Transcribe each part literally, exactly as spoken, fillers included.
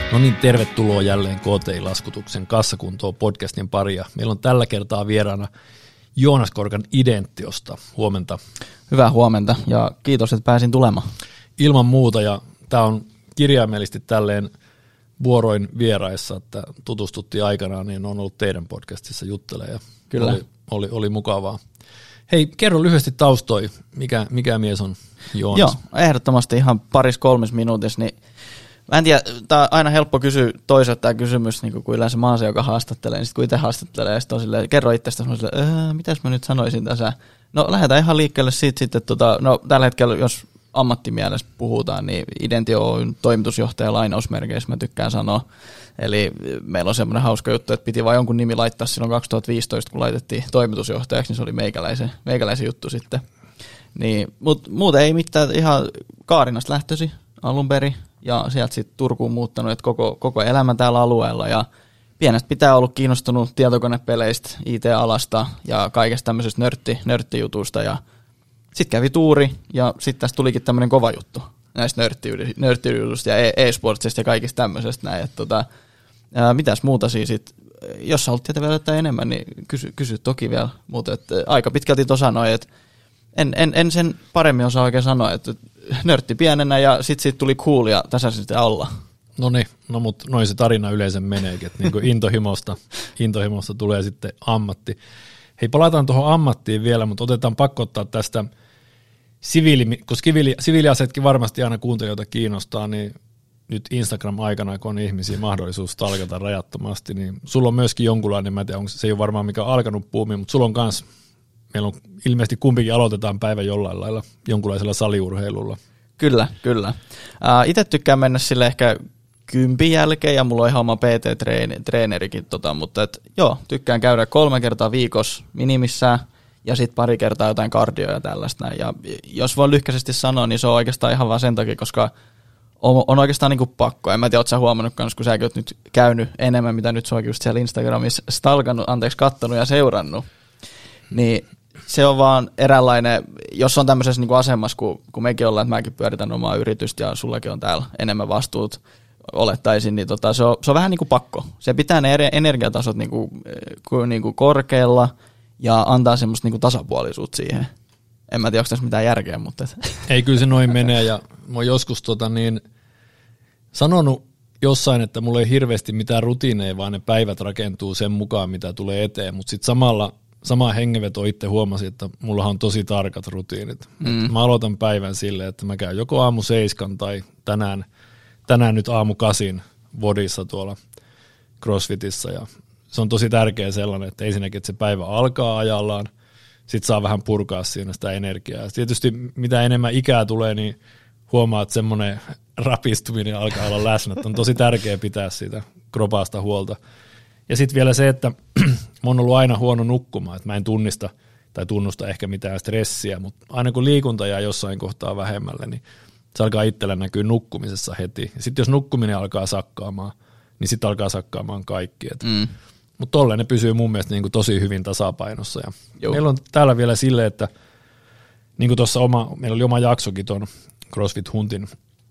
No niin, tervetuloa jälleen K T I-laskutuksen kassakuntoon podcastin paria. Meillä on tällä kertaa vieraana Joonas Korkan Identiosta. Huomenta. Hyvää huomenta ja kiitos, että pääsin tulemaan. Ilman muuta, ja tämä on kirjaimellisesti tälleen vuoroin vieraissa, että tutustuttiin aikanaan, niin on ollut teidän podcastissa juttelemaan ja Kyllä. Oli, oli, oli mukavaa. Hei, kerro lyhyesti taustoi, mikä, mikä mies on Joonas? Joo, ehdottomasti ihan paris kolmes minuutissa, niin mä en tiedä, tää on aina helppo kysyä toiselta tämä kysymys, niin kuin yleensä mä oon se, joka haastattelee, niin sitten kun itse haastattelee, ja sitten on silleen, kerro itsestäsi, mä oon silleen, öö, mitäs mä nyt sanoisin tässä? No lähdetään ihan liikkeelle siitä sitten, tota, no tällä hetkellä, jos ammattimielessä puhutaan, niin Identio Oyn toimitusjohtaja lainausmerkeissä mä tykkään sanoa. Eli meillä on semmoinen hauska juttu, että piti vaan jonkun nimi laittaa silloin kaksituhattaviisitoista, kun laitettiin toimitusjohtajaksi, niin se oli meikäläisen, meikäläisen juttu sitten. Niin, mutta muuten ei mitään, ihan Kaarinasta lähtösi alun perin, ja sieltä sitten Turkuun muuttanut, että koko, koko elämä täällä alueella, ja pienestä pitää ollut kiinnostunut tietokonepeleistä, I T-alasta ja kaikesta tämmöisestä nörtti, nörttijutusta, ja sitten kävi tuuri, ja sitten tästä tulikin tämmöinen kova juttu näistä nörttiydystä ja e-sportsista ja kaikista tämmöisestä näin. Että tota, ää, mitäs muuta siis sit, jos sä haluat tietää vielä jotain enemmän, niin kysy, kysy toki vielä. Mutta et, aika pitkälti tuossa sanoi, että en, en, en sen paremmin osaa oikein sanoa, että nörtti pienenä ja sitten siitä tuli cool ja tässä sitten alla. No niin, no mutta noin se tarina yleensä meneekin, että niin kuin intohimosta, intohimosta tulee sitten ammatti. Hei, palataan tuohon ammattiin vielä, mutta otetaan pakko ottaa tästä siviili, koska siviili, siviiliaseetkin varmasti aina kuuntelijoita kiinnostaa, niin nyt Instagram-aikana, kun on ihmisiä mahdollisuus talkata rajattomasti, niin sulla on myöskin jonkunlainen, mä en tiedä, onko se ei ole varmaan mikä alkanut puumi, mutta sulla on kans, meillä on ilmeisesti kumpikin aloitetaan päivä jollain lailla jonkunlaisella saliurheilulla. Kyllä, kyllä. Äh, itse tykkään mennä sille ehkä kympin jälkeen, ja mulla on ihan oma P T-treenerikin, tota, mutta et, joo, tykkään käydä kolme kertaa viikossa minimissään, ja sitten pari kertaa jotain kardioa ja tällaista näin. Ja jos voin lyhkäisesti sanoa, niin se on oikeastaan ihan vaan sen takia, koska on, on oikeastaan niinku pakko. En mä tiedä, ootko sä huomannut kans, kun säkin oot nyt käynyt enemmän, mitä nyt suakin just siellä Instagramissa stalkannut, anteeksi, kattonut ja seurannut. Niin se on vaan eräänlainen, jos on tämmöisessä niinku asemassa, kun, kun mekin ollaan, että mäkin pyöritän omaa yritystä ja sullakin on täällä enemmän vastuut, olettaisin, niin tota, se, on, se on vähän niin kuin pakko. Se pitää ne energiatasot niinku, niinku korkealla ja antaa semmoista niinku tasapuolisuutta siihen. En mä tiedä, onko tässä mitään järkeä, mutta... Ei, kyllä se noin menee, ja mä oon joskus tota, niin, sanonut jossain, että mulla ei hirveästi mitään rutiineja, vaan ne päivät rakentuu sen mukaan, mitä tulee eteen, mutta sitten samalla, samaan hengenvetoon itse huomasin, että mullahan on tosi tarkat rutiinit. Mm. Mä aloitan päivän silleen, että mä käyn joko aamu seiskan tai tänään, tänään nyt aamu kasin vodissa tuolla CrossFitissa, ja se on tosi tärkeä sellainen, että ensinnäkin, että se päivä alkaa ajallaan, sitten saa vähän purkaa siinä sitä energiaa. Ja tietysti mitä enemmän ikää tulee, niin huomaa, että semmoinen rapistuminen alkaa olla läsnä, että on tosi tärkeää pitää siitä kropasta huolta. Ja sitten vielä se, että mä oon ollut aina huono nukkumaan, että mä en tunnista tai tunnusta ehkä mitään stressiä, mutta aina kun liikunta jää jossain kohtaa vähemmälle, niin se alkaa itsellä näkyä nukkumisessa heti. Ja sitten jos nukkuminen alkaa sakkaamaan, niin sitten alkaa sakkaamaan kaikki. Mm. Mutta tolleen ne pysyy mun mielestä niinku tosi hyvin tasapainossa. Ja meillä on täällä vielä silleen, että niin tuossa oma, meillä oli oma jaksokin tuon CrossFit Huntin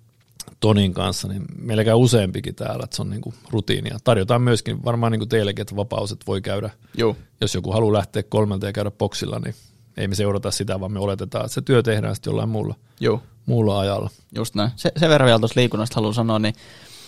Tonin kanssa, niin meillä käy useampikin täällä, että se on niinku rutiinia. Tarjotaan myöskin varmaan niinku teillekin, että vapaus, että voi käydä, Joo. jos joku haluaa lähteä kolmelta ja käydä boksilla, niin ei me seurata sitä, vaan me oletetaan, että se työ tehdään sitten jollain muulla, Joo. muulla ajalla. Just näin. Se, sen verran vielä tuossa liikunnasta haluan sanoa, niin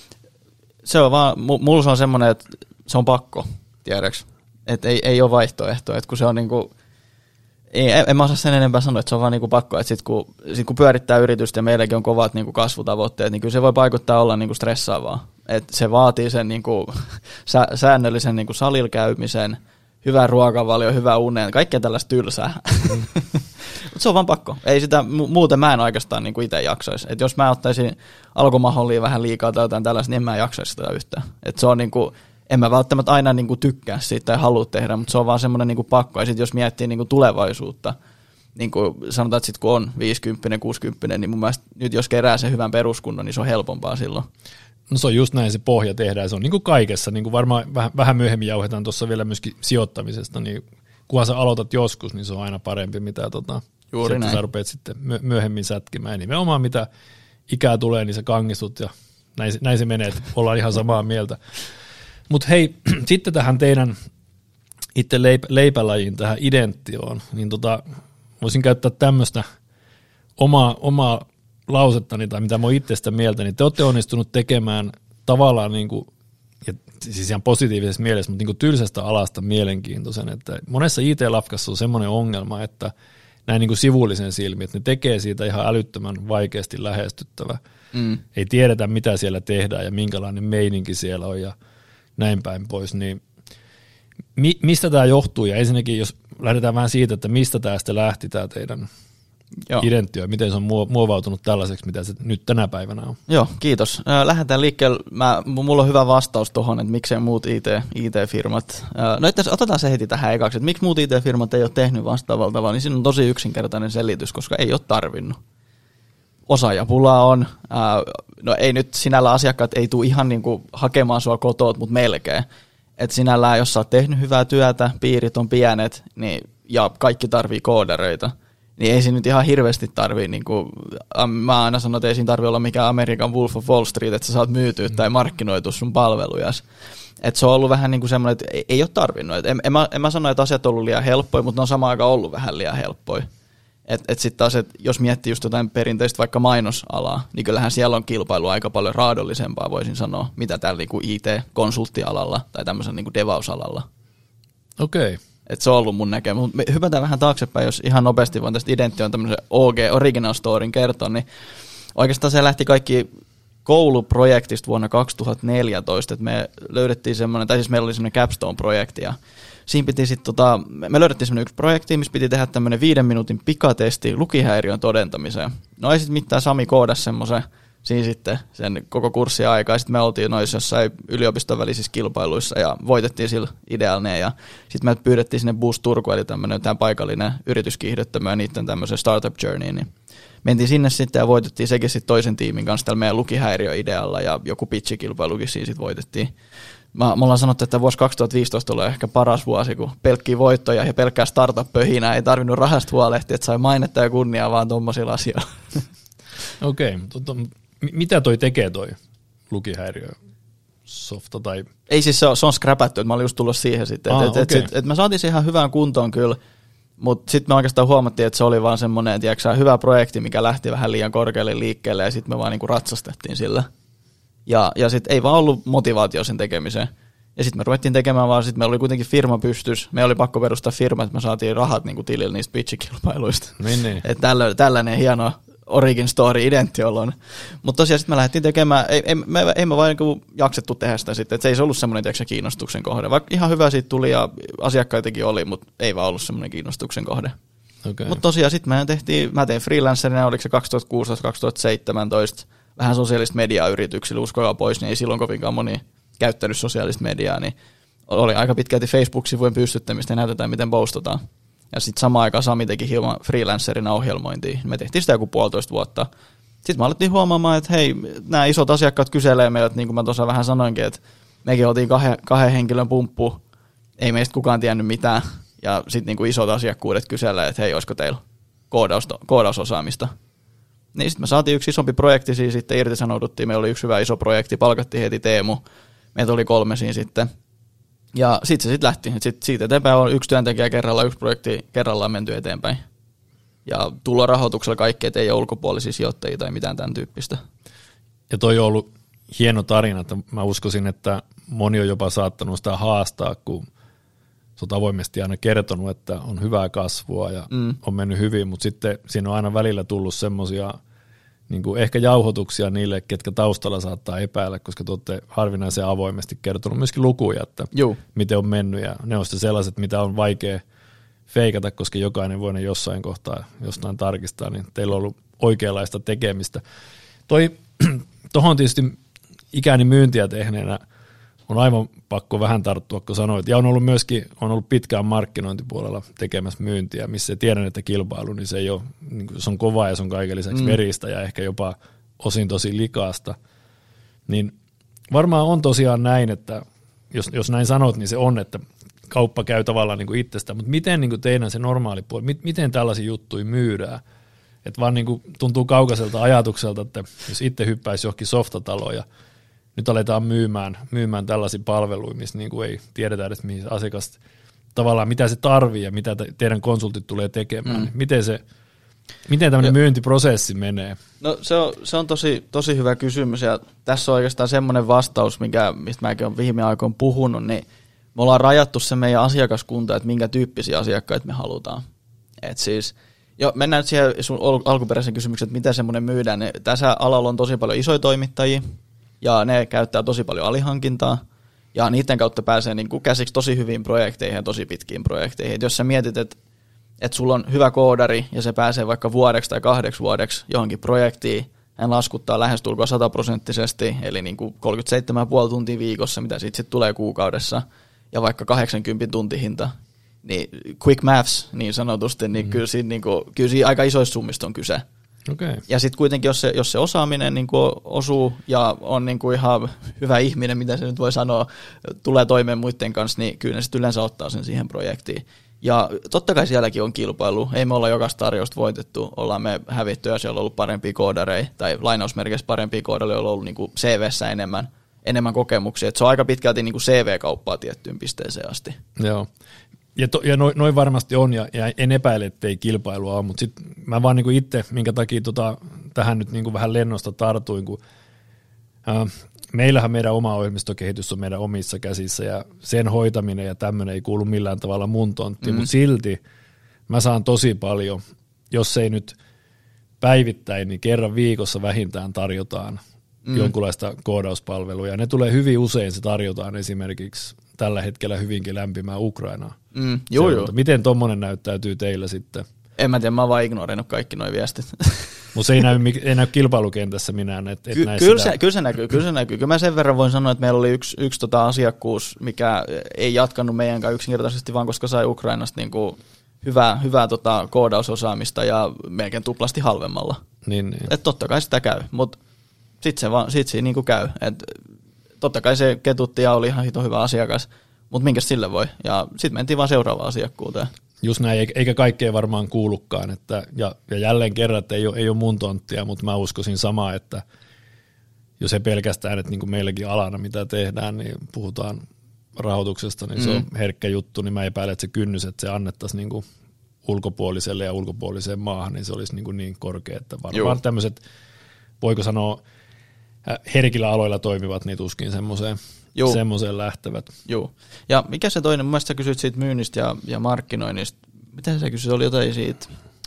se on vaan, mulla se on semmoinen, että se on pakko. Tiedäks, että ei, ei ole vaihtoehtoa, että kun se on niinku, ei, en mä osaa sen enempää sanoa, että se on vaan niinku pakko, että sit kun, sit kun pyörittää yritystä ja meilläkin on kovat niinku kasvutavoitteet, niin kyllä se voi vaikuttaa olla niinku stressaavaa, että se vaatii sen niinku, sä, säännöllisen niinku salilla käymisen, hyvän ruokavalio, hyvän unen, kaikkea tällaista tylsää, mm. mutta se on vaan pakko, ei sitä, muuten mä en oikeastaan niinku itse jaksaisi, että jos mä ottaisin alkomahollia vähän liikaa tai jotain tällaista, niin en mä jaksaisi sitä yhtään, että se on niinku, en mä välttämättä aina niinku tykkää siitä tai halua tehdä, mutta se on vaan semmoinen niinku pakko. Ja sitten jos miettii niinku tulevaisuutta, niin kuin sanotaan, että sit kun on viisikymmentä, kuusikymmentä, niin mun mielestä nyt jos kerää sen hyvän peruskunnon, niin se on helpompaa silloin. No se on just näin, se pohja tehdään. Se on niin kuin kaikessa. Niin kuin varmaan vähän, vähän myöhemmin jauhetaan tuossa vielä myöskin sijoittamisesta, niin kunhan sä aloitat joskus, niin se on aina parempi, mitä tota, Juuri näin. Sä rupeat sitten myöhemmin sätkimään. Ja nimenomaan mitä ikää tulee, niin sä kangistut ja näin, näin se menee, että ollaan ihan samaa mieltä. Mutta hei, sitten tähän teidän itse leip- leipälajiin, tähän identioon, niin tota, voisin käyttää tämmöistä omaa, omaa lausettani tai mitä mä oon itse sitä mieltä, niin te olette onnistunut tekemään tavallaan niin kuin, ja siis ihan positiivisessa mielessä, mutta niin kuin tylsästä alasta mielenkiintoisen, että monessa I T-lafkassa on semmoinen ongelma, että näin niin kuin sivullisen silmin, että ne tekee siitä ihan älyttömän vaikeasti lähestyttävä. Mm. Ei tiedetä, mitä siellä tehdään ja minkälainen meininki siellä on ja näin päin pois, niin mi- mistä tämä johtuu? Ja ensinnäkin, jos lähdetään vähän siitä, että mistä tämä sitten lähti, tämä teidän Joo. identio, miten se on muovautunut tällaiseksi, mitä se nyt tänä päivänä on. Joo, kiitos. Lähdetään liikkeelle. Mä, mulla on hyvä vastaus tuohon, että miksei muut I T, I T-firmat. No itse asiassa otetaan se heti tähän ekaksi, että miksi muut I T-firmat ei ole tehnyt vastaavalla tavalla, niin siinä on tosi yksinkertainen selitys, koska ei ole tarvinnut. Osaajapulaa on. No ei nyt sinällä asiakkaat ei tule ihan niin kuin hakemaan sua kotoot, mutta melkein. Että sinällään, jos sä oot tehnyt hyvää työtä, piirit on pienet, niin, ja kaikki tarvii koodareita, niin ei siinä nyt ihan hirveästi tarvii, niin kuin, mä aina sanon, että ei siinä tarvii olla mikään American Wolf of Wall Street, että sä saat myytyä mm. tai markkinoitua sun palvelujas. Että se on ollut vähän niin kuin semmoinen, että ei, ei ole tarvinnut. Et en, en, mä, en mä sano, että asiat on ollut liian helppoja, mutta ne on samaan aikaan ollut vähän liian helppoja. Että et sitten taas, et jos miettii just jotain perinteistä vaikka mainosalaa, niin kyllähän siellä on kilpailu aika paljon raadollisempaa, voisin sanoa, mitä täällä niin kuin I T-konsulttialalla tai tämmöisen niin kuin devausalalla. Okei. Okay. Että se on ollut mun näkemys. Mutta hypätään vähän taaksepäin, jos ihan nopeasti voin tästä Idention tämmöisen O G, Original Storyn kertoa, niin oikeastaan se lähti kaikki kouluprojektista vuonna kaksituhattaneljätoista, että me löydettiin semmoinen, tai siis meillä oli semmoinen Capstone-projekti, ja siinä piti sitten, tota, me löydettiin semmoinen yksi projekti, missä piti tehdä tämmöinen viiden minuutin pikatesti lukihäiriön todentamiseen. No ei sitten mitään, Sami koodasi semmoisen siinä sitten sen koko kurssin aikaa. Sitten me oltiin noissa jossain yliopiston välisissä kilpailuissa ja voitettiin sillä ideaalinen. Ja sitten me pyydettiin sinne Boost Turku, eli tämmöinen tämän paikallinen yrityskiihdyttämö ja niiden tämmöisen startup journey. Niin mentiin sinne sitten ja voitettiin sekin sitten toisen tiimin kanssa tällä meidän lukihäiriöidealla ja joku pitchikilpailukin siinä sitten voitettiin. Mä, me ollaan sanottu, että vuosi kaksituhattaviisitoista oli ehkä paras vuosi, kun pelkkiä voittoja ja pelkkää startup-pöhinää ei tarvinnut rahasta huolehtia, että sai mainetta ja kunniaa vaan tuommoisilla asioilla. Okei, okay. Mitä toi tekee toi lukihäiriö softa? Tai? Ei siis se on, se on scrapattu, että mä olin just tullut siihen sitten. Ah, et, okay. et, et, et mä saatiin se ihan hyvään kuntoon kyllä, mutta sitten me oikeastaan huomattiin, että se oli vaan semmoinen tiiäksä, hyvä projekti, mikä lähti vähän liian korkealle liikkeelle ja sitten me vaan niinku ratsastettiin sillä. Ja, ja sitten ei vaan ollut motivaatio sen tekemiseen. Ja sitten me ruvettiin tekemään vaan, sitten meillä oli kuitenkin firma pystys, me oli pakko perustaa firma, että me saatiin rahat niinku tilille niistä pitchikilpailuista. Niin, niin. Että tällä, tällainen hieno origin story Identiolla on. Mutta tosiaan sitten me lähdettiin tekemään, ei, ei, me, ei me vaan niinku jaksettu tehdä sitä sitten, että se ei se ollut semmoinen tiiäksä, kiinnostuksen kohde. Vaikka ihan hyvä siitä tuli ja asiakkaitakin oli, mutta ei vaan ollut semmoinen kiinnostuksen kohde. Okay. Mutta tosiaan sitten me tehtiin, mä tein freelancerina, oliko se kaksituhattakuusitoista kaksituhattaseitsemäntoista, vähän sosiaalista mediaa yrityksillä, uskokaa pois, niin ei silloin kovinkaan moni käyttänyt sosiaalista mediaa, niin oli aika pitkälti Facebook-sivujen pystyttämistä ja näytetään, miten postataan. Ja sitten samaan aikaan Sami teki hieman freelancerina ohjelmointia. Me tehtiin sitä joku puolitoista vuotta. Sitten me alettiin huomaamaan, että hei, nämä isot asiakkaat kyselee meiltä, niin kuin mä tuossa vähän sanoinkin, että mekin oltiin kahden, kahden henkilön pumppu, ei meistä kukaan tiennyt mitään. Ja sitten niin isot asiakkuudet kyselee, että hei, olisiko teillä koodausta, koodausosaamista. Niin sitten me saatiin yksi isompi projekti, siis sitten irtisanouduttiin, meillä oli yksi hyvä iso projekti, palkattiin heti Teemu, meitä oli kolme siinä sitten. Ja sitten se sitten lähti, sitten siitä eteenpäin on yksi työntekijä kerrallaan, yksi projekti kerrallaan menty eteenpäin. Ja tulorahoituksella kaikki, ettei ole ulkopuolisia sijoittajia tai mitään tämän tyyppistä. Ja toi on ollut hieno tarina, että mä uskoisin, että moni on jopa saattanut sitä haastaa, kun sä oot avoimesti aina kertonut, että on hyvää kasvua ja mm. on mennyt hyvin, mutta sitten siinä on aina välillä tullut semmoisia niin kuin ehkä jauhotuksia niille, ketkä taustalla saattaa epäillä, koska te olette harvinaisen avoimesti kertonut myöskin lukuja, että Juu. miten on mennyt, ja ne on sitten sellaiset, mitä on vaikea feikata, koska jokainen voi ne jossain kohtaa jostain tarkistaa, niin teillä on ollut oikeanlaista tekemistä. Toi, tohon tietysti ikäni myyntiä tehneenä on aivan pakko vähän tarttua, kun sanoit, ja on ollut myöskin, on ollut pitkään markkinointipuolella tekemässä myyntiä, missä tiedän, että kilpailu, niin se ei ole, niin se on kovaa ja se on kaiken lisäksi mm. veristä ja ehkä jopa osin tosi likaasta. Niin varmaan on tosiaan näin, että jos, jos näin sanot, niin se on, että kauppa käy tavallaan niin kuin itsestä, mutta miten niin kuin teidän se normaali puoli, mit, miten tällaisia juttuja myydään? Että vaan niin kuin tuntuu kaukaiselta ajatukselta, että jos itse hyppäisi johonkin softataloon ja nyt aletaan myymään, myymään tällaisia palveluja, missä niin kuin ei tiedetä edes, mihin asiakas tavallaan, mitä se tarvii ja mitä te, teidän konsultit tulee tekemään. Mm. Miten se, miten tämmöinen myyntiprosessi menee? No se on, se on tosi, tosi hyvä kysymys, ja tässä on oikeastaan semmoinen vastaus, mikä, mistä mäkin olen viime aikoina puhunut, niin me ollaan rajattu se meidän asiakaskunta, että minkä tyyppisiä asiakkaita me halutaan. Et siis, jo, mennään nyt siihen sun alkuperäisen kysymyksen, että miten semmoinen myydään. Niin tässä alalla on tosi paljon isoja toimittajia, ja ne käyttää tosi paljon alihankintaa, ja niiden kautta pääsee niin kuin käsiksi tosi hyviin projekteihin ja tosi pitkiin projekteihin. Et jos sä mietit, että et sulla on hyvä koodari, ja se pääsee vaikka vuodeksi tai kahdeksi vuodeksi johonkin projektiin, hän laskuttaa lähestulkoon sataprosenttisesti, eli niin kuin kolmekymmentäseitsemän pilkku viisi tuntia viikossa, mitä siitä sitten tulee kuukaudessa, ja vaikka kahdeksankymmentä tuntihinta, niin quick maths niin sanotusti, niin, mm. kyllä, siinä, niin kuin, kyllä siinä aika isoista summista on kyse. Okay. Ja sitten kuitenkin, jos se, jos se osaaminen niin kuin osuu ja on niin kuin ihan hyvä ihminen, mitä se nyt voi sanoa, tulee toimeen muiden kanssa, niin kyllä ne sitten yleensä ottaa sen siihen projektiin. Ja totta kai sielläkin on kilpailu. Ei me olla jokaista tarjousta voitettu, ollaan me hävitty ja siellä on ollut parempia koodareja, tai lainausmerkeissä parempia koodareja, joilla on ollut niin kuin C V:ssä enemmän, enemmän kokemuksia. Et se on aika pitkälti niin kuin C V-kauppaa tiettyyn pisteeseen asti. Joo. Ja, to, ja noin noi varmasti on, ja, ja en epäile, ettei kilpailua ole, mutta sitten mä vaan niinku itse, minkä takia tota, tähän nyt niinku vähän lennosta tartuin, kun äh, meillähän meidän oma ohjelmistokehitys on meidän omissa käsissä, ja sen hoitaminen ja tämmöinen ei kuulu millään tavalla mun tonttiin, mm. mutta silti mä saan tosi paljon, jos ei nyt päivittäin, niin kerran viikossa vähintään tarjotaan mm. jonkunlaista koodauspalvelua, ja ne tulee hyvin usein, se tarjotaan esimerkiksi tällä hetkellä hyvinkin lämpimää Ukrainaa. Mm, joo, joo. Miten tommonen näyttäytyy teillä sitten? En mä tiedä, mä oon vaan ignoroinut kaikki nuo viestit. Mutta se ei näy, ei näy kilpailukentässä minään. Et, et Ky- kyllä, se, kyllä se näkyy, kyllä se näkyy. Kyllä mä sen verran voin sanoa, että meillä oli yksi, yksi tota asiakkuus, mikä ei jatkanut meidän kanssa yksinkertaisesti, vaan koska sai Ukrainasta niinku hyvää, hyvää tota koodausosaamista ja melkein tuplasti halvemmalla. Niin, niin. Et totta kai sitä käy, mutta sitten se vaan, sit siinä niinku käy. Et totta kai se ketutti ja oli ihan hito hyvä asiakas, mutta minkäs sille voi? Ja sitten mentiin vaan seuraavaan asiakkuuteen. Just näin, eikä kaikkea varmaan kuulukaan. Että, ja, ja jälleen kerran, että ei ole, ei ole mun tonttia, mutta mä uskoisin samaa, että jos ei pelkästään, että niin kuin meilläkin alana mitä tehdään, niin puhutaan rahoituksesta, niin mm. se on herkkä juttu, niin mä epäilen, että se kynnys, että se annettaisiin niin kuin ulkopuoliselle ja ulkopuoliseen maahan, niin se olisi niin, kuin niin korkea, että varmaan tämmöiset, voiko sanoa, herkillä aloilla toimivat, niin tuskin semmoiseen, semmoiseen lähtevät. Joo. Ja mikä se toinen, mun mielestä sä kysyit siitä myynnistä ja, ja markkinoinnista. Mitä sä kysyit, oli jotain siitä,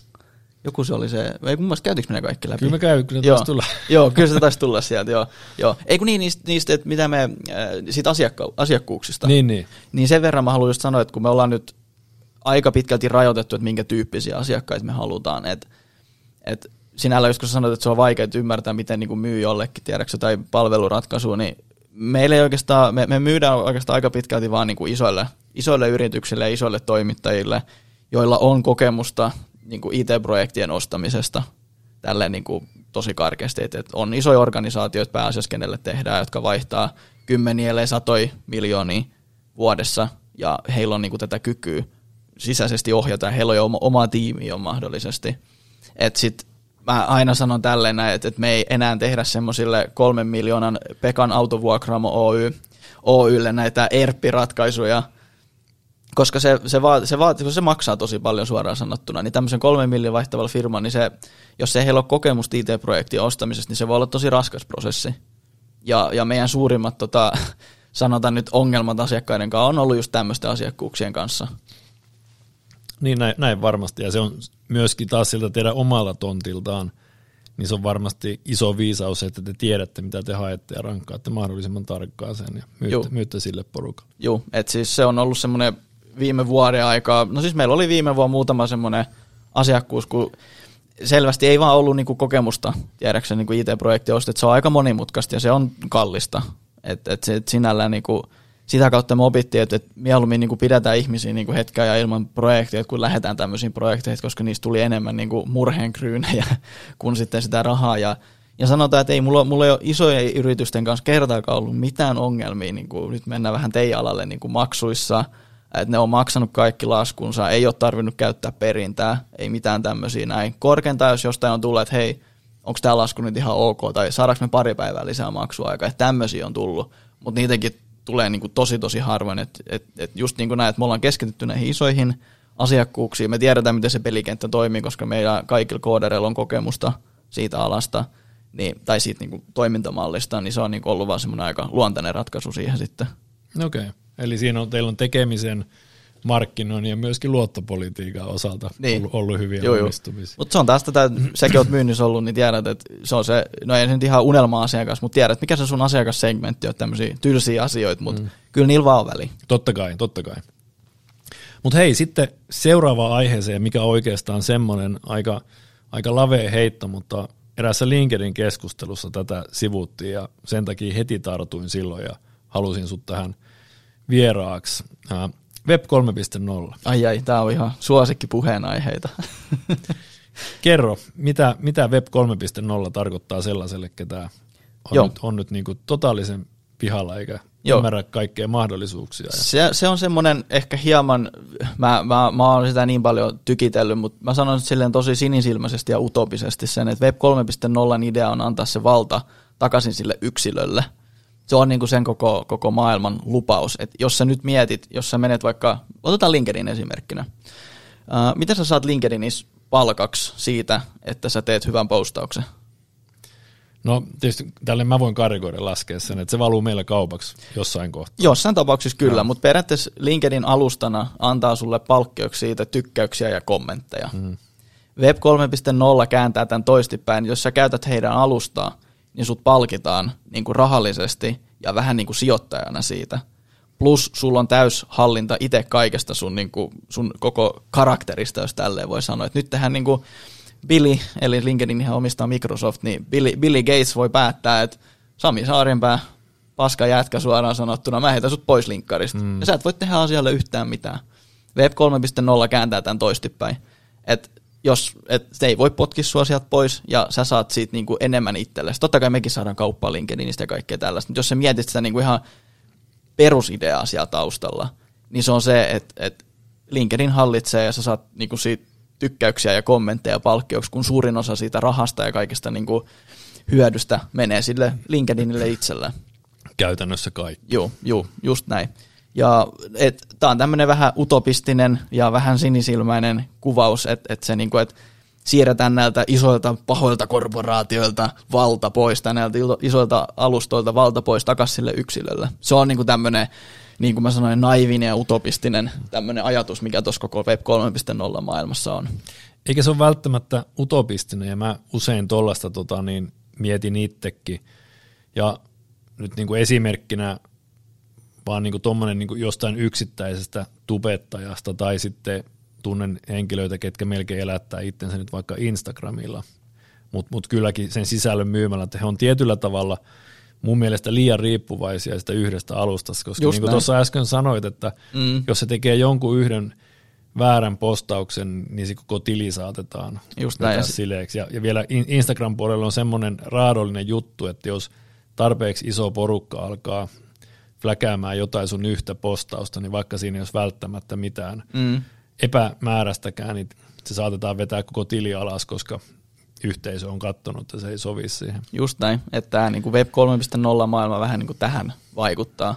joku se oli se, ei mun mielestä käytiinkö me ne kaikki läpi? Kyllä me käy, kyllä taisi tulla. Joo, kyllä se taisi tulla sieltä, joo. joo. Ei kun niin, niistä, niistä että mitä me, äh, siitä asiakka- asiakkuuksista. Niin, niin. Niin sen verran mä haluan just sanoa, että kun me ollaan nyt aika pitkälti rajoitettu, että minkä tyyppisiä asiakkaita me halutaan, että et, sinällä jos sä sanoit, että se on vaikea ymmärtää, miten niin kuin myy jollekin, tiedätkö, tai palveluratkaisua, niin meillä ei oikeastaan, me, me myydään oikeastaan aika pitkälti vaan niin kuin isoille, isoille yrityksille ja isoille toimittajille, joilla on kokemusta niin kuin I T-projektien ostamisesta tälleen niin kuin tosi karkeasti, että on isoja organisaatioita pääasiassa, kenelle tehdään, jotka vaihtaa kymmeniä ellei satoja miljoonia vuodessa, ja heillä on niin kuin tätä kykyä sisäisesti ohjata, ja heillä on jo oma, oma tiimi on mahdollisesti, että sitten mä aina sanon tälleen näin, että me ei enää tehdä semmoisille kolmen miljoonan Pekan autovuokraamo Oy, Oylle näitä E R P-ratkaisuja, koska se, se, vaat, se, vaat, se maksaa tosi paljon suoraan sanottuna, niin tämmöisen kolmen miljoonan vaihtavalla firman, niin se, jos ei heillä ole kokemusta I T-projektin ostamisesta, niin se voi olla tosi raskas prosessi. Ja, ja meidän suurimmat, tota, sanotaan nyt ongelmat asiakkaiden kanssa, on ollut just tämmöisten asiakkuuksien kanssa. Niin näin, näin varmasti, ja se on myöskin taas siltä teidän omalla tontiltaan, niin se on varmasti iso viisaus, että te tiedätte, mitä te haette ja rankkaatte mahdollisimman tarkkaan sen ja myytte, myytte sille porukalle. Joo, että siis se on ollut semmoinen viime vuoden aikaa, no siis meillä oli viime vuonna muutama semmoinen asiakkuus, kun selvästi ei vaan ollut niinku kokemusta, tiedäkseni niinku I T-projekti ostet, se on aika monimutkaista ja se on kallista, että et se et sinällään niinku sitä kautta me opittiin, että, että mieluummin niin kuin pidetään ihmisiä niin kuin hetken ja ilman projekteja, kun lähdetään tämmöisiin projekteihin, koska niistä tuli enemmän niin kuin murheenkryynejä kuin sitten sitä rahaa. Ja, ja sanotaan, että ei, mulla, mulla ei ole isojen yritysten kanssa kertaakaan ollut mitään ongelmia, niin kuin nyt mennään vähän teidän alalle niin kuin maksuissa, että ne on maksanut kaikki laskunsa, ei ole tarvinnut käyttää perintää, ei mitään tämmöisiä näin. Korkeintaan, jos jostain on tullut, että hei, onko tämä lasku nyt ihan ok, tai saadaanko me pari päivää lisää maksuaikaa, että tämmöisiä on tullut, mutta niitäkin tulee niin kuin tosi tosi harvoin, että et, et just niin kuin näin, että me ollaan keskitytty näihin isoihin asiakkuuksiin, me tiedetään, miten se pelikenttä toimii, koska meillä kaikilla koodareilla on kokemusta siitä alasta, niin, tai siitä niin kuin toimintamallista, niin se on niin kuin ollut vaan semmoinen aika luontainen ratkaisu siihen sitten. Okei, okay. Eli siinä on, teillä on tekemisen, markkinoinnin ja myöskin luottopolitiikan osalta niin. ollut, ollut hyviä joo, onnistumisia. Mutta se on taas tätä, säkin oot myynnissä ollut, niin tiedät, että se on se, no ei se nyt ihan unelma-asiakas, mutta tiedät, mikä se sun asiakassegmentti on, tämmöisiä tylsiä asioita, mutta mm. kyllä niillä vaan on väliä. Totta kai, totta kai. Mutta hei, sitten seuraavaan aiheeseen, mikä on oikeastaan semmoinen aika, aika lavea heitto, mutta eräässä LinkedIn-keskustelussa tätä sivuttiin ja sen takia heti tartuin silloin ja halusin sut tähän vieraaksi. Web kolme piste nolla. Ai ai, tää on ihan suosikki puheenaiheita. Kerro, mitä, mitä Web kolme piste nolla tarkoittaa sellaiselle, ketä on nyt, on nyt niin kuin totaalisen pihalla eikä Joo. ymmärrä kaikkea mahdollisuuksia. Se, se on semmoinen ehkä hieman, mä, mä, mä oon sitä niin paljon tykitellyt, mutta mä sanon silleen tosi sinisilmäisesti ja utopisesti sen, että Web kolme piste nolla idea on antaa se valta takaisin sille yksilölle. Se on niinku sen koko, koko maailman lupaus, että jos sä nyt mietit, jos sä menet vaikka, otetaan LinkedIn esimerkkinä, ää, miten sä saat LinkedInissä palkaksi siitä, että sä teet hyvän postauksen? No tietysti tälle mä voin karikoida laskea sen, että se valuu meillä kaupaksi jossain kohtaa. Jossain tapauksessa kyllä, no. Mutta periaatteessa LinkedIn alustana antaa sulle palkkioksi siitä tykkäyksiä ja kommentteja. Mm. Web kolme piste nolla kääntää tämän toistipäin, jos sä käytät heidän alustaa, niin sut palkitaan niin kuin rahallisesti ja vähän niin kuin sijoittajana siitä. Plus sulla on täys hallinta itse kaikesta sun, niin kuin, sun koko karakterista, jos tälleen voi sanoa. Et nyt tähän niin kuin Billy, eli LinkedIn ihan omistaa Microsoft, niin Billy, Billy Gates voi päättää, että Sami Saarenpää, paska jätkä suoraan sanottuna, mä heitän sut pois linkkarista. Mm. Ja sä et voi tehdä asialle yhtään mitään. Web kolme piste nolla kääntää tämän toistipäin. Että jos et se ei voi potkia sua sieltä pois ja sä saat siitä niinku enemmän itsellesi. Totta kai mekin saadaan kauppaa LinkedInistä ja kaikkea tällaista, mutta jos sä mietit sitä niinku ihan perusideaa siellä taustalla, niin se on se, että et LinkedIn hallitsee ja sä saat niinku siitä tykkäyksiä ja kommentteja palkkioksi, kun suurin osa siitä rahasta ja kaikista niinku hyödystä menee sille LinkedInille itsellään. Käytännössä kaikki. Joo, joo, just näin. Ja tämä on tämmöinen vähän utopistinen ja vähän sinisilmäinen kuvaus, että et se niinku, et siirretään näiltä isoilta pahoilta korporaatioilta valta pois, tai näiltä isoilta alustoilta valta pois takaisin sille yksilölle. Se on niinku tämmöinen, niin kuin mä sanoin, naivinen ja utopistinen tämmöinen ajatus, mikä tuossa koko Web kolme piste nolla maailmassa on. Eikä se ole välttämättä utopistinen, ja mä usein tuollaista tota, niin mietin itsekin. Ja nyt niin kuin esimerkkinä vaan niin kuin tommonen niin kuin jostain yksittäisestä tubettajasta tai sitten tunnen henkilöitä, ketkä melkein elättää itsensä nyt vaikka Instagramilla, mutta mut kylläkin sen sisällön myymällä, että he on tietyllä tavalla mun mielestä liian riippuvaisia sitä yhdestä alustasta, koska just niin kuin tuossa äsken sanoit, että mm. jos se tekee jonkun yhden väärän postauksen, niin se koko tili saatetaan just näin sileeksi. Ja, ja vielä Instagram-puolella on semmoinen raadollinen juttu, että jos tarpeeksi iso porukka alkaa fläkäämään jotain sun yhtä postausta, niin vaikka siinä ei olisi välttämättä mitään mm. epämääräistäkään, niin se saatetaan vetää koko tili alas, koska yhteisö on katsonut, että se ei sovi siihen. Just näin, että tämä niin kuin Web kolme piste nolla maailma vähän niin kuin tähän vaikuttaa,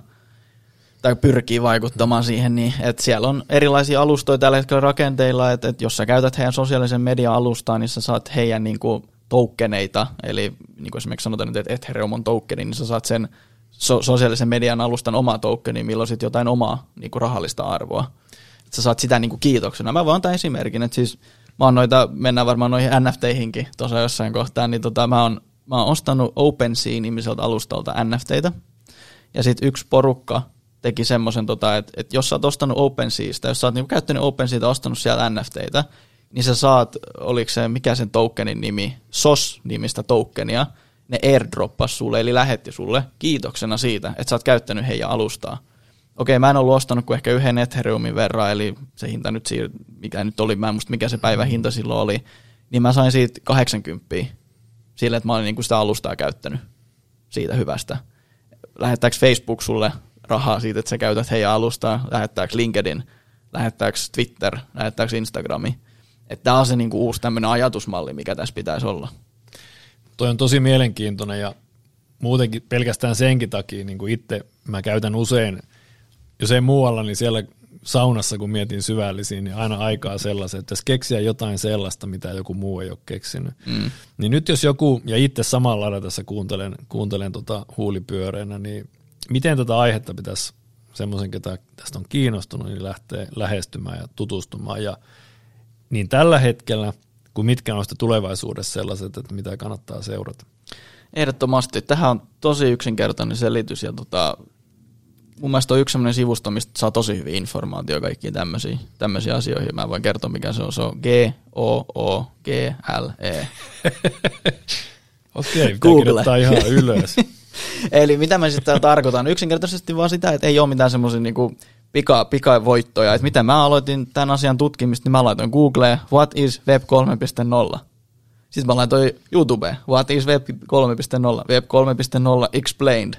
tai pyrkii vaikuttamaan siihen, niin että siellä on erilaisia alustoja tällä hetkellä rakenteilla, että, että jos sä käytät heidän sosiaalisen median alustaa, niin sä saat heidän niin kuin tokeneita, eli niin kuin esimerkiksi sanotaan nyt, että Ethereum on tokeni, niin sä saat sen so- sosiaalisen median alustan oma tokeni, milloin sitten jotain omaa niin kuin rahallista arvoa. Että sä saat sitä niin kuin kiitoksena. Mä voin antaa esimerkin, että siis mä oon noita, mennään varmaan noihin N F T:ihinkin tuossa jossain kohtaan, niin tota, mä, oon, mä oon ostanut OpenSea-nimiseltä alustalta N F T:itä, ja sitten yksi porukka teki semmoisen, tota, että, että jos sä oot ostanut OpenSeasta, jos sä oot niinku käyttänyt OpenSeata, ostanut sieltä N F T:itä, niin sä saat, oliko se, mikä sen tokenin nimi, S O S-nimistä tokenia, ne airdroppas sulle, eli lähetti sulle kiitoksena siitä, että sä oot käyttänyt heidän alustaa. Okei, mä en ollut ostanut kuin ehkä yhden Ethereumin verran, eli se hinta nyt, siir- mikä nyt oli, mä en muista mikä se päivähinta silloin oli, niin mä sain siitä kahdeksankymmentä sille, että mä olin niinku sitä alustaa käyttänyt siitä hyvästä. Lähettääkö Facebook sulle rahaa siitä, että sä käytät heidän alustaa, lähettääkö LinkedIn, lähettääkö Twitter, lähettääkö Instagrami. Että tämä on se niinku uusi tämmöinen ajatusmalli, mikä tässä pitäisi olla. toi on tosi mielenkiintoinen ja muutenkin pelkästään senkin takia niin kuin itse mä käytän usein, jos ei muualla, niin siellä saunassa, kun mietin syvällisiin, niin aina aikaa sellaisen, että jos keksiä jotain sellaista, mitä joku muu ei ole keksinyt. Mm. Niin nyt jos joku, ja itse samalla lailla tässä kuuntelen, kuuntelen tota huulipyöreänä, niin miten tätä aihetta pitäisi semmoisen, ketä tästä on kiinnostunut, niin lähtee lähestymään ja tutustumaan. Ja niin tällä hetkellä, kuin mitkä on sitten tulevaisuudessa sellaiset, että mitä kannattaa seurata. Ehdottomasti. Tähän on tosi yksinkertainen selitys ja tota, mun mielestä on yksi sellainen sivusto, mistä saa tosi hyvin informaatio kaikkiin tämmöisiin, tämmöisiin asioihin. Mä voin kertoa, mikä se on. Se on G O O G L E. Okei, pitää kirjoittaa ihan ylös. Eli mitä mä sitten tarkoitan? Yksinkertaisesti vaan sitä, että ei ole mitään semmoisia niinku pika, pikavoittoja. Että miten mä aloitin tämän asian tutkimista, niin mä laitoin Googleen, what is web kolme piste nolla? Sitten mä laitoin YouTubeen, what is web kolme piste nolla? web kolme piste nolla explained.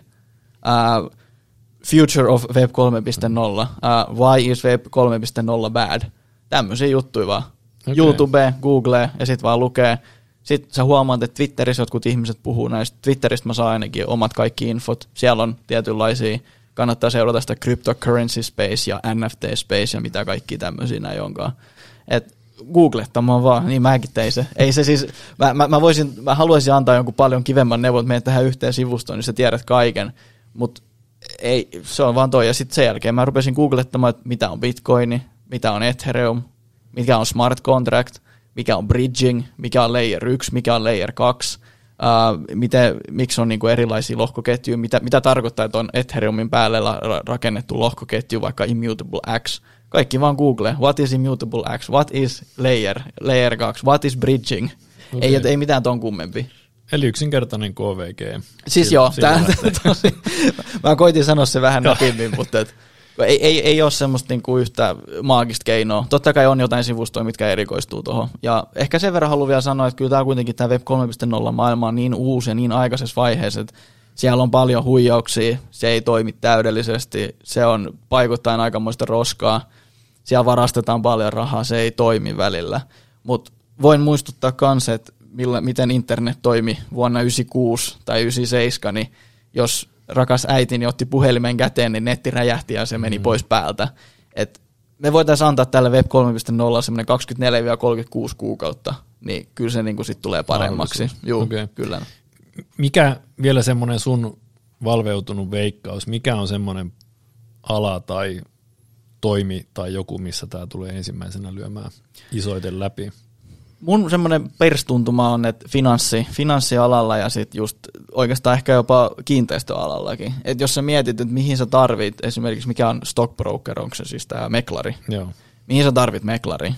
Uh, future of web kolme piste nolla. Uh, why is web kolme piste nolla bad? Tämmöisiä juttuja vaan. Okay. YouTube, Google ja sitten vaan lukee. Sitten sä huomaat, että Twitterissä jotkut ihmiset puhuu näistä. Twitteristä mä saan ainakin omat kaikki infot. Siellä on tietynlaisia, kannattaa seurata sitä cryptocurrency space ja N F T space ja mitä kaikki tämmöisiä näin onkaan. Et googlettamaan vaan, niin mäkin tein se. Ei se siis, mä, mä, mä, voisin, mä haluaisin antaa jonkun paljon kivemman neuvon, että menet tähän yhteen sivustoon, niin sä tiedät kaiken. Mutta ei, se on vaan toi. Ja sitten sen jälkeen mä rupesin googlettamaan, että mitä on Bitcoin, mitä on Ethereum, mikä on smart contract, mikä on bridging, mikä on layer yksi, mikä on layer kaksi, uh, miten, miksi on niinku erilaisia lohkoketjuja, mitä, mitä tarkoittaa, että on Ethereumin päälle la- rakennettu lohkoketju, vaikka Immutable X. Kaikki vaan Google, what is Immutable X, what is layer, layer kaksi, what is bridging. Okay. Ei, ei mitään ton kummempi. Eli yksinkertainen K V G. Siis Sillä, joo, tää, tosi, mä koitin sanoa se vähän nätimmin, mutta et, ei, ei, ei ole semmoista niinku yhtä maagista keinoa. Totta kai on jotain sivustoja, mitkä erikoistuu tuohon. Ja ehkä sen verran haluan vielä sanoa, että kyllä tämä kuitenkin tämä web kolme piste nolla maailma on niin uusi ja niin aikaisessa vaiheessa, että siellä on paljon huijauksia, se ei toimi täydellisesti, se on paikoittain aikamoista roskaa, siellä varastetaan paljon rahaa, se ei toimi välillä. Mutta voin muistuttaa kanssa, että millä, miten internet toimi vuonna yhdeksänkymmentäkuusi tai yhdeksänkymmentäseitsemän, niin jos rakas äitini otti puhelimen käteen, niin netti räjähti ja se meni mm. pois päältä. Et me voitaisiin antaa tälle web kolme piste nolla semmoinen kaksikymmentäneljä kolmekymmentäkuusi kuukautta, niin kyllä se niinku sit tulee paremmaksi. Juu, okay. Kyllä. Mikä vielä semmoinen sun valveutunut veikkaus, mikä on semmoinen ala tai toimi tai joku, missä tämä tulee ensimmäisenä lyömään isoiten läpi? Mun semmoinen perstuntuma on, että finanssi, finanssialalla ja sitten just oikeastaan ehkä jopa kiinteistöalallakin. Että jos sä mietit, että mihin sä tarvit, esimerkiksi mikä on stockbroker, onko se siis tämä meklari? Joo. Mihin sä tarvit meklari?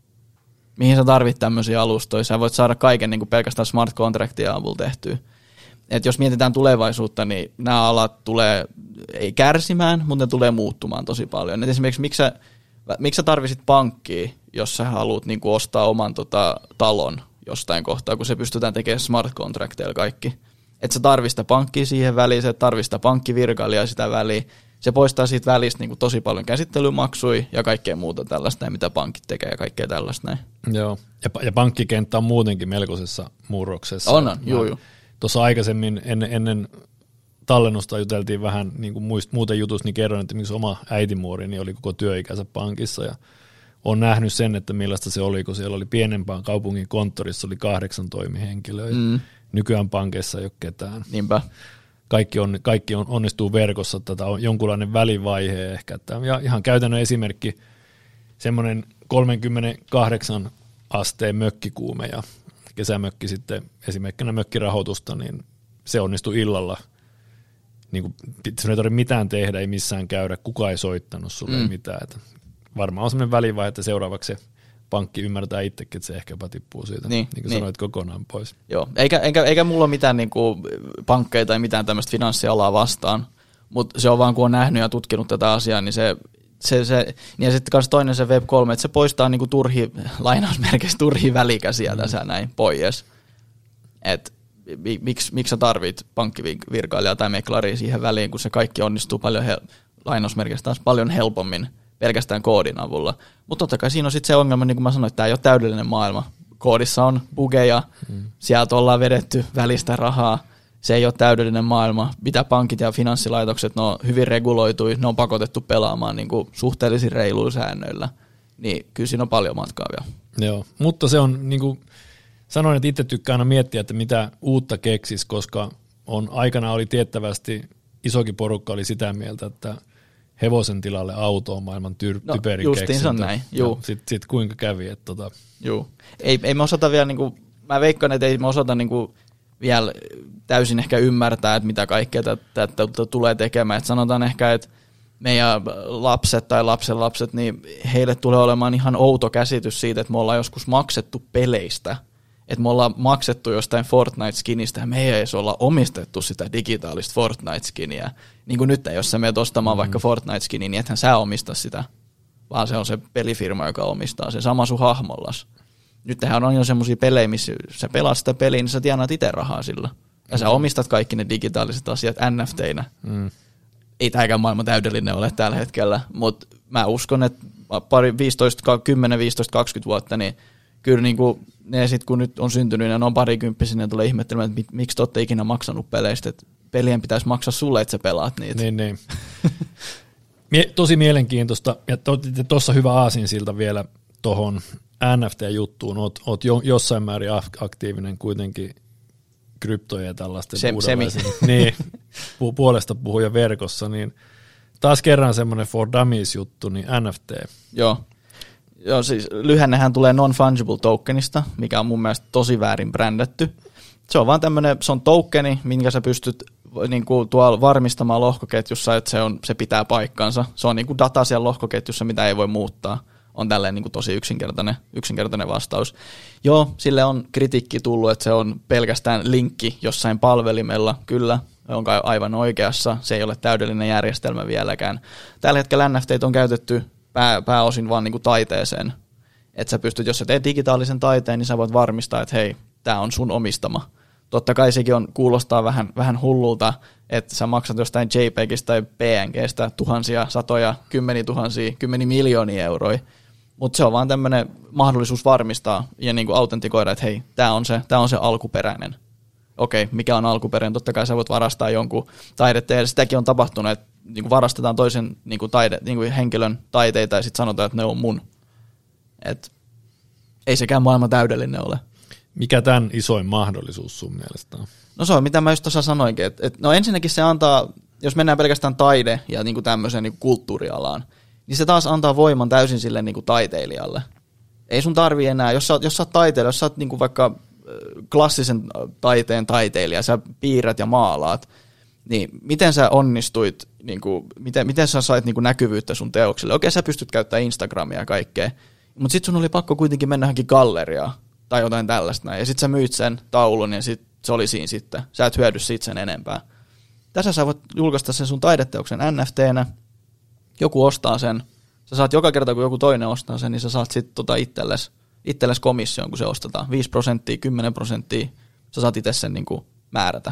Mihin sä tarvit tämmöisiä alustoja? Sä voit saada kaiken niin kuin pelkästään smart contractia avulla tehtyä. Että jos mietitään tulevaisuutta, niin nämä alat tulee, ei kärsimään, mutta ne tulee muuttumaan tosi paljon. Et esimerkiksi miksi sä, miksi sä tarvisit pankkia, jos sä haluat niin kuin ostaa oman tota, talon jostain kohtaa, kun se pystytään tekemään smart contracteilla kaikki. Että sä tarvitset sitä pankkia siihen väliin, sä tarvitset sitä pankkivirkailijaa sitä väliin. Se poistaa siitä välistä niin kuin tosi paljon käsittelymaksuja ja kaikkea muuta tällaista, mitä pankit tekee ja kaikkea tällaista näin. Joo, ja, ja pankkikenttä on muutenkin melkoisessa murroksessa. On, on, juu, juu. Tuossa aikaisemmin ennen, ennen tallennusta juteltiin vähän niin kuin muist, muuten jutussa, niin kerron, että miksi oma äitimuori niin oli koko työikänsä pankissa ja olen nähnyt sen, että millaista se oli, kun siellä oli pienempään kaupungin konttorissa, oli kahdeksan toimihenkilöä. Mm. Nykyään pankeissa ei ole ketään. Niinpä. Kaikki, on, kaikki on, onnistuu verkossa, tätä on jonkunlainen välivaihe ehkä. Että, ja ihan käytännön esimerkki, semmoinen kolmekymmentäkahdeksan asteen mökkikuume ja kesämökki sitten esimerkkinä mökkirahoitusta, niin se onnistui illalla. Niin kuin, ei tarvitse mitään tehdä, ei missään käydä, kukaan ei soittanut sulle mm. mitään. Että varmaan on semmoinen välivaihe, että seuraavaksi se pankki ymmärtää itsekin, että se ehkä jopa tippuu siitä, niin, niin kuin niin. sanoit, kokonaan pois. Joo, eikä, eikä, eikä mulla ole mitään niin kuin pankkeja tai mitään tämmöistä finanssialaa vastaan, mutta se on vaan, kun on nähnyt ja tutkinut tätä asiaa, niin se, se, se ja sitten kanssa toinen se web kolme, että se poistaa niin kuin turhi, lainausmerkeissä turhia välikäsiä mm. tässä näin pois. Että miksi, miksi sä tarvit pankkivirkailijaa tai meklaria siihen väliin, kun se kaikki onnistuu paljon, hel- lainausmerkeissä taas paljon helpommin pelkästään koodin avulla. Mutta totta kai siinä on sitten se ongelma, niin kuin mä sanoin, että tämä ei ole täydellinen maailma. koodissa on bugeja, mm. sieltä ollaan vedetty välistä rahaa, se ei ole täydellinen maailma. Mitä pankit ja finanssilaitokset, ne on hyvin reguloitui, ne on pakotettu pelaamaan niin kuin suhteellisen reiluilla säännöillä, niin kyllä siinä on paljon matkaa vielä. Joo, mutta se on, niin kuin sanoin, että itse tykkään aina miettiä, että mitä uutta keksisi, koska on, aikana oli tiettävästi, isokin porukka oli sitä mieltä, että hevosen tilalle auto on maailman tyr- no, typerin keksintö. Näin, juu. Sitten sit kuinka kävi, että tota... Juu. Ei, ei me osata vielä, niin kuin, mä veikkaan, että ei me osata niin kuin, vielä täysin ehkä ymmärtää, että mitä kaikkea tätä tulee tekemään. Et sanotaan ehkä, että meidän lapset tai lapsenlapset, niin heille tulee olemaan ihan outo käsitys siitä, että me ollaan joskus maksettu peleistä. Että me ollaan maksettu jostain Fortnite-skinistä ja me ei edes olla omistettu sitä digitaalista Fortnite-skiniä. Niin kuin nyt, jos sä menet ostamaan mm-hmm. vaikka Fortnite-skiniä, niin ethän sä omista sitä, vaan se on se pelifirma, joka omistaa se sama sun hahmollas. Nythän on jo semmoisia pelejä, missä sä pelaat sitä peliä, niin sä tienaat itse rahaa sillä. Ja sä omistat kaikki ne digitaaliset asiat N F T:inä. Mm. Ei tämäkään maailma täydellinen ole tällä hetkellä, mutta mä uskon, että pari viisitoista, kymmenen, viisitoista, kaksikymmentä vuotta, niin kyllä niin kuin ne sit kun nyt on syntynyt ja ne on parikymppisinä ja tulee ihmettelemään, että miksi te olette ikinä maksanut peleistä, että pelien pitäisi maksaa sulle, että sä pelaat niitä. Niin, niin. Mie- tosi mielenkiintoista, ja tuossa hyvä aasinsilta vielä tuohon N F T-juttuun, oot, oot jo, jossain määrin aktiivinen kuitenkin kryptoja ja tällaisten Se, uudenlaisen niin, pu- puolesta puhuja verkossa, niin taas kerran semmoinen for dummies-juttu, niin N F T. Joo. Joo, siis lyhennehän tulee non-fungible tokenista, mikä on mun mielestä tosi väärin brändätty. Se on vaan tämmöinen, se on tokeni, minkä sä pystyt niin kuin tuolla varmistamaan lohkoketjussa, että se, on, se pitää paikkansa. Se on niin kuin data siellä lohkoketjussa, mitä ei voi muuttaa. On tälleen niin kuin tosi yksinkertainen, yksinkertainen vastaus. Joo, sille on kritiikki tullut, että se on pelkästään linkki jossain palvelimella. Kyllä, on aivan oikeassa. Se ei ole täydellinen järjestelmä vieläkään. Tällä hetkellä N F T on käytetty pää, pääosin vaan niin kuin taiteeseen. Että sä pystyt, jos sä teet digitaalisen taiteen, niin sä voit varmistaa, että hei, tää on sun omistama. Totta kai sekin on, kuulostaa vähän, vähän hullulta, että sä maksat jostain JPEGistä tai P N G:stä tuhansia, satoja, kymmeni tuhansia, kymmeni miljoonia euroja. Mutta se on vaan tämmöinen mahdollisuus varmistaa ja niinku autentikoida, että hei, tämä on, on se alkuperäinen. Okei, mikä on alkuperäinen? Totta kai sä voit varastaa jonkun taidetta, ja sitäkin on tapahtunut, että niinku varastetaan toisen niinku taide, niinku henkilön taiteita, ja sitten sanotaan, että ne on mun. Et ei sekään maailma täydellinen ole. Mikä tämän isoin mahdollisuus sun mielestä on? No se on, mitä mä just tuossa sanoinkin. Et, et, no ensinnäkin se antaa, jos mennään pelkästään taide- ja niinku tämmöiseen niinku kulttuurialaan, niin se taas antaa voiman täysin sille niin kuin taiteilijalle. Ei sun tarvii enää, jos sä oot, jos sä oot taiteilija, jos sä oot niin kuin vaikka klassisen taiteen taiteilija, sä piirrät ja maalaat, niin miten sä onnistuit, niin kuin, miten, miten sä sait niin kuin näkyvyyttä sun teokselle? Okei, sä pystyt käyttämään Instagramia ja kaikkea, mutta sit sun oli pakko kuitenkin mennä johonkin galleriaan tai jotain tällaista näin, ja sit sä myit sen taulun ja sit se oli siinä sitten. Sä et hyödy siitä sen enempää. Tässä sä voit julkaista sen sun taideteoksen N F T:nä, joku ostaa sen, sä saat joka kerta, kun joku toinen ostaa sen, niin sä saat sitten tota itsellesi, itsellesi komission, kun se ostetaan. viisi prosenttia, kymmenen prosenttia, sä saat itse sen niin kuin määrätä.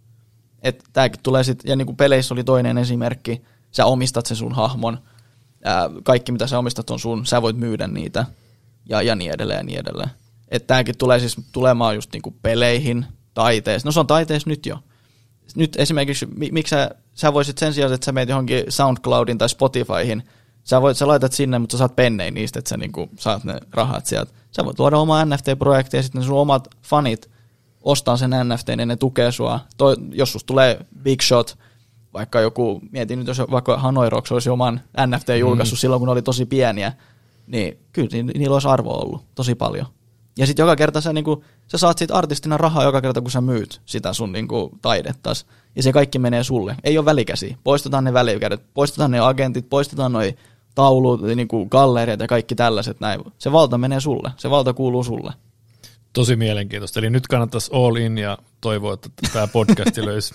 Et tääkin tulee sitten, ja niin kuin peleissä oli toinen esimerkki, sä omistat sen sun hahmon, ää, kaikki mitä sä omistat on sun, sä voit myydä niitä, ja, ja niin edelleen ja niin edelleen. Että tääkin tulee siis tulemaan just niin kuin peleihin, taiteeseen, no se on taiteessa nyt jo. Nyt esimerkiksi, miksi sä, sä voisit sen sijaan, että sä meet johonkin SoundCloudin tai Spotifyhin, sä, voit, sä laitat sinne, mutta sä saat pennejä niistä, että sä niinku saat ne rahat sieltä. Sä voit luoda oma N F T-projekti ja sitten sun omat fanit ostaa sen N F T:n ja ne tukee sua. Toi, jos susta tulee big shot, vaikka joku, mietin nyt, jos vaikka Hanoi Rocks olisi oman N F T julkaissut mm. silloin, kun ne oli tosi pieniä, niin kyllä niillä olisi arvo ollut tosi paljon. Ja sitten joka kerta sä, niinku, sä saat siitä artistina rahaa joka kerta, kun sä myyt sitä sun niinku, taidettas. Ja se kaikki menee sulle. Ei ole välikäsiä. Poistetaan ne välikädet, poistetaan ne agentit, poistetaan noi taulut, niinku, galleriat ja kaikki tällaiset näin. Se valta menee sulle. Se valta kuuluu sulle. Tosi mielenkiintoista. Eli nyt kannattaisi all in ja toivoa, että tämä podcasti löysi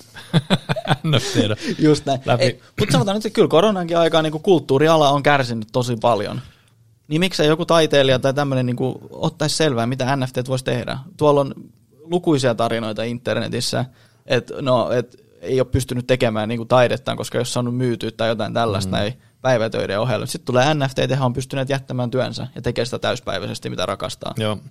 N F T:tä just näin. Mutta sanotaan nyt, että kyllä koronankin aikaa niinku, kulttuuriala on kärsinyt tosi paljon. Niin miksei joku taiteilija tai tämmöinen niin kuin ottaisi selvää, mitä N F T voisi tehdä. Tuolla on lukuisia tarinoita internetissä, että no, et ei ole pystynyt tekemään niin kuin taidettaan, koska jos saanut myytyä tai jotain tällaista mm. päivätöiden ohella. Sitten tulee N F T, ja on pystyneet jättämään työnsä ja tekee sitä täyspäiväisesti, mitä rakastaa. Joo.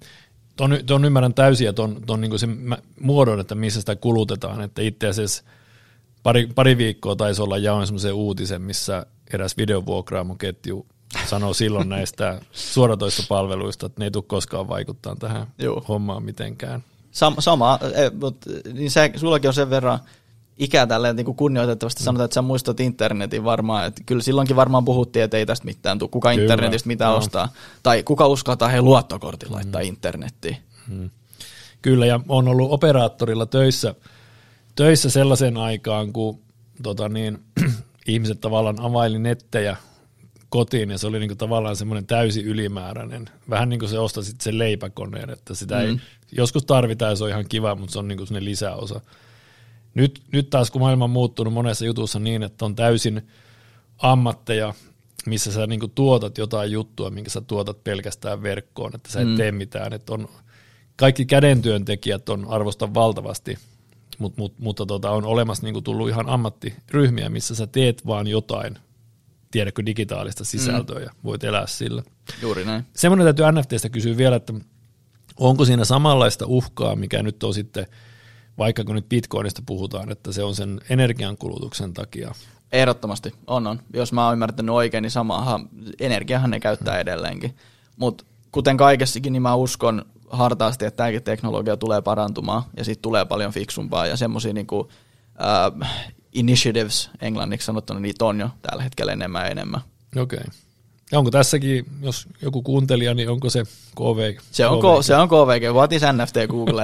Ton, ton ymmärrän täysin ja ton, ton niin sen muodon, että missä sitä kulutetaan, että itse asiassa pari, pari viikkoa taisi olla jaoin semmoisen uutisen, missä eräs videovuokraamoketju sanoo silloin näistä suoratoistopalveluista, että ne ei tule koskaan vaikuttaa tähän Joo. hommaan mitenkään. Sam, sama, mutta niin se, sullakin on sen verran ikää tälleen niin kunnioitettavasti mm. sanotaan, että sä muistat internetin varmaan, että kyllä silloinkin varmaan puhuttiin, että ei tästä mitään tule, kuka kyllä. internetistä mitään no. ostaa, tai kuka uskaltaa he luottokortin laittaa mm. internettiin. Mm. Kyllä, ja on ollut operaattorilla töissä, töissä sellaisen aikaan, kun tota niin, ihmiset tavallaan availi nettejä kotiin, ja se oli niinku tavallaan semmoinen täysin ylimääräinen. Vähän niin kuin se ostasit sen leipäkoneen, että sitä mm. ei joskus tarvitaan, ja se on ihan kiva, mutta se on niinku semmoinen lisäosa. Nyt, nyt taas, kun maailma on muuttunut monessa jutussa niin, että on täysin ammatteja, missä sä niinku tuotat jotain juttua, minkä sä tuotat pelkästään verkkoon, että sä et mm. tee mitään. Että on, kaikki kädentyöntekijät on arvostan valtavasti, mut, mut, mutta tota, on olemassa niinku tullut ihan ammattiryhmiä, missä sä teet vaan jotain, tiedätkö, digitaalista sisältöä mm. ja voit elää sillä. Juuri näin. Semmoinen täytyy N F T:stä kysyä vielä, että onko siinä samanlaista uhkaa, mikä nyt on sitten, vaikka kun nyt Bitcoinista puhutaan, että se on sen energiankulutuksen takia. Ehdottomasti on, on. Jos mä oon ymmärtänyt oikein, niin samahan, energiahan ne käyttää hmm. edelleenkin. Mutta kuten kaikessakin, niin mä uskon hartaasti, että tämäkin teknologia tulee parantumaan ja siitä tulee paljon fiksumpaa ja semmoisia niinku, uh, initiatives, englanniksi sanottuna, niitä on jo tällä hetkellä enemmän ja enemmän. Okei. Okay. Ja onko tässäkin, jos joku kuuntelija, niin onko se K V G? Se on, K, se on K V G, what is N F T Google?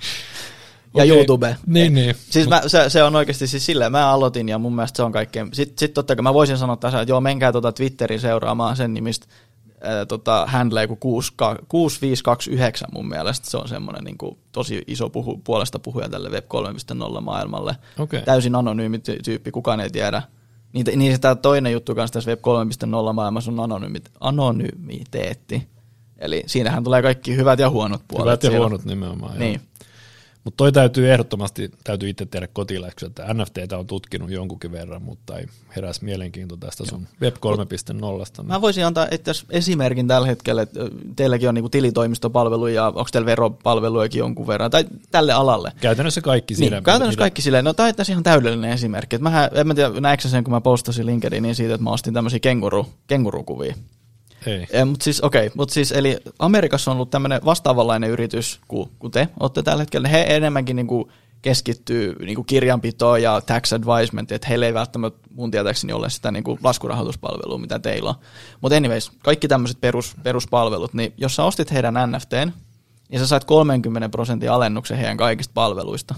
Ja okay. YouTube. Niin, niin. Siis mä, se, se on oikeasti siis silleen, mä aloitin ja mun mielestä se on kaikkein. Sitten sit totta kai mä voisin sanoa tässä, että joo, menkää tuota Twitterin seuraamaan sen nimistä ää, tota, handle kuin kuusi viisi kaksi yhdeksän mun mielestä. Se on semmoinen niin kuin, tosi iso puhu, puolesta puhuja tälle Web kolme piste nolla maailmalle. Okay. Täysin anonyymi tyyppi, kukaan ei tiedä. Niin, niin se tämä toinen juttu kanssa tässä Web kolme piste nolla maailmassa on anonyymi, anonymiteetti. Eli siinähän tulee kaikki hyvät ja huonot puolet. Hyvät ja siellä. huonot nimenomaan, niin. Mutta toi täytyy ehdottomasti, täytyy itse tehdä kotiläksy, että N F T:tä on tutkinut jonkunkin verran, mutta ei heräs mielenkiinto tästä sun Web kolme piste nolla. Mä voisin antaa esimerkin tällä hetkellä, että teilläkin on niinku tilitoimistopalveluja ja onko teillä veropalvelujakin jonkun verran, tai tälle alalle. Käytännössä kaikki siinä. Niin, käytännössä kaikki silleen, no tämä on ihan täydellinen esimerkki. Mähän, en mä tiedä, näetkö sen, kun mä postasin LinkedIniin siitä, että mä ostin tämmöisiä kenguru, kengurukuvia. Ei. E, mutta siis, okei, okay, mutta siis, eli Amerikassa on ollut tämmöinen vastaavanlainen yritys kuin, kuin te olette tällä hetkellä. He enemmänkin niin kuin keskittyy niin kuin kirjanpitoon ja tax advisement, että heillä ei välttämättä mun tietääkseni ole sitä niin kuin laskurahoituspalvelua, mitä teillä on. Mutta anyways, kaikki tämmöiset perus, peruspalvelut, niin jos sä ostit heidän N F T:n, niin sä sait kolmekymmentä prosentin alennuksen heidän kaikista palveluista.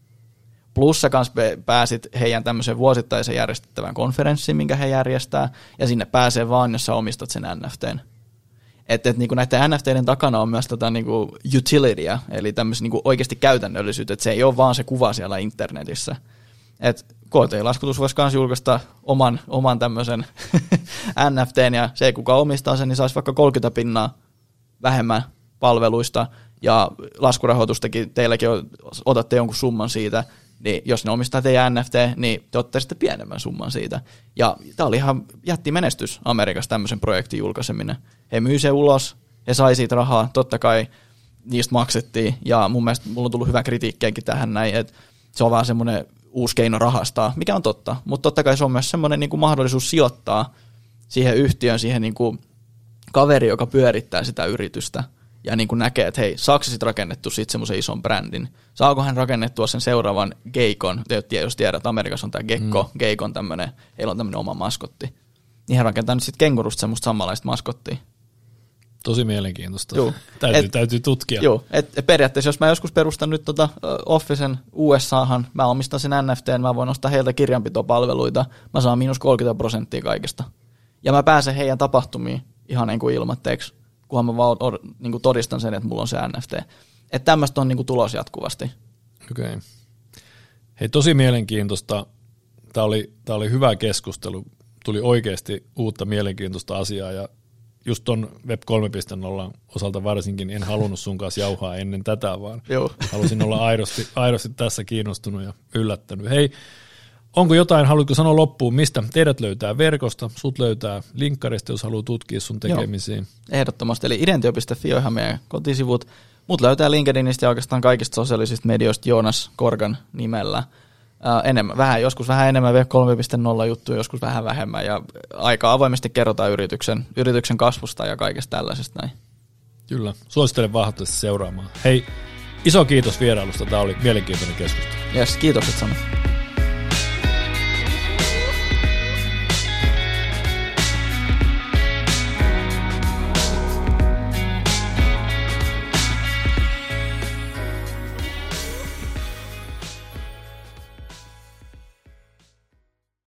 Plus sä kanssa pääsit heidän tämmöiseen vuosittaisen järjestettävään konferenssiin, minkä he järjestää, ja sinne pääsee vaan, jos sä omistat sen N F T:n. Että et, niinku näiden N F T:den takana on myös tota, niinku utilityä, eli tämmöistä niinku oikeasti käytännöllisyyttä, että se ei ole vaan se kuva siellä internetissä. Että K T-laskutus voisi myös julkaista oman, oman tämmöisen N F T:n, ja se, kuka omistaa sen, niin saisi vaikka kolmekymmentä pinnaa vähemmän palveluista, ja laskurahoitustakin teilläkin otatte jonkun summan siitä, niin jos ne omistaa teidän N F T, niin te ottaisitte pienemmän summan siitä. Ja tämä oli ihan jättimenestys Amerikassa tämmöisen projektin julkaiseminen. He myy se ulos, he sai siitä rahaa, totta kai niistä maksettiin, ja mun mielestä mulla on tullut hyvä kritiikkiäkin tähän näin, että se on vaan semmoinen uusi keino rahastaa, mikä on totta, mutta totta kai se on myös semmoinen niin kuin mahdollisuus sijoittaa siihen yhtiön, siihen niin kuin kaveri, joka pyörittää sitä yritystä, ja niin kuin näkee, että hei, saako se sitten rakennettua sitten semmoisen ison brändin? Saako hän rakennettua sen seuraavan Geikon, jos tiedät, että Amerikassa on tämä Gekko, mm. Geikon tämmöinen, heillä on tämmöinen oma maskotti. Niin hän rakentaa nyt sitten kengurusta semmoista samanlaista maskottia. Tosi mielenkiintoista. Juu. Täytyy, et, täytyy tutkia. Joo, että et periaatteessa jos mä joskus perustan nyt tota Officen U S Ahan, mä omistan sen N F T:n, mä voin ostaa heiltä kirjanpitopalveluita, mä saan miinus kolmekymmentä prosenttia kaikesta. Ja mä pääsen heidän tapahtumiin ihan niin kuin ilmatteeksi, kunhan mä vaan or, niin kuin todistan sen, että mulla on se N F T. Että tämmöistä on niin kuin tulos jatkuvasti. Okei. Okay. Hei, tosi mielenkiintoista. Tämä oli, tämä oli hyvä keskustelu. Tuli oikeasti uutta mielenkiintoista asiaa ja just ton Web kolme piste nolla osalta varsinkin en halunnut sun kanssa jauhaa ennen tätä, vaan Joo. halusin olla aidosti, aidosti tässä kiinnostunut ja yllättänyt. Hei, onko jotain, haluatko sanoa loppuun, mistä teidät löytää verkosta, sut löytää linkkarista, jos haluaa tutkia sun tekemisiä? Joo, ehdottomasti, eli identio piste fi on ihan meidän kotisivut. Mut löytää LinkedInistä ja oikeastaan kaikista sosiaalisista medioista Joonas Korgan nimellä. Ää, enemmän, vähän, joskus vähän enemmän Web kolme piste nolla juttuja, joskus vähän vähemmän ja aika avoimesti kerrotaan yrityksen, yrityksen kasvusta ja kaikesta tällaisesta näin. Kyllä, suosittelen vahvasti seuraamaan. Hei, iso kiitos vierailusta, tämä oli mielenkiintoinen keskustelu. Jes, kiitokset Sami.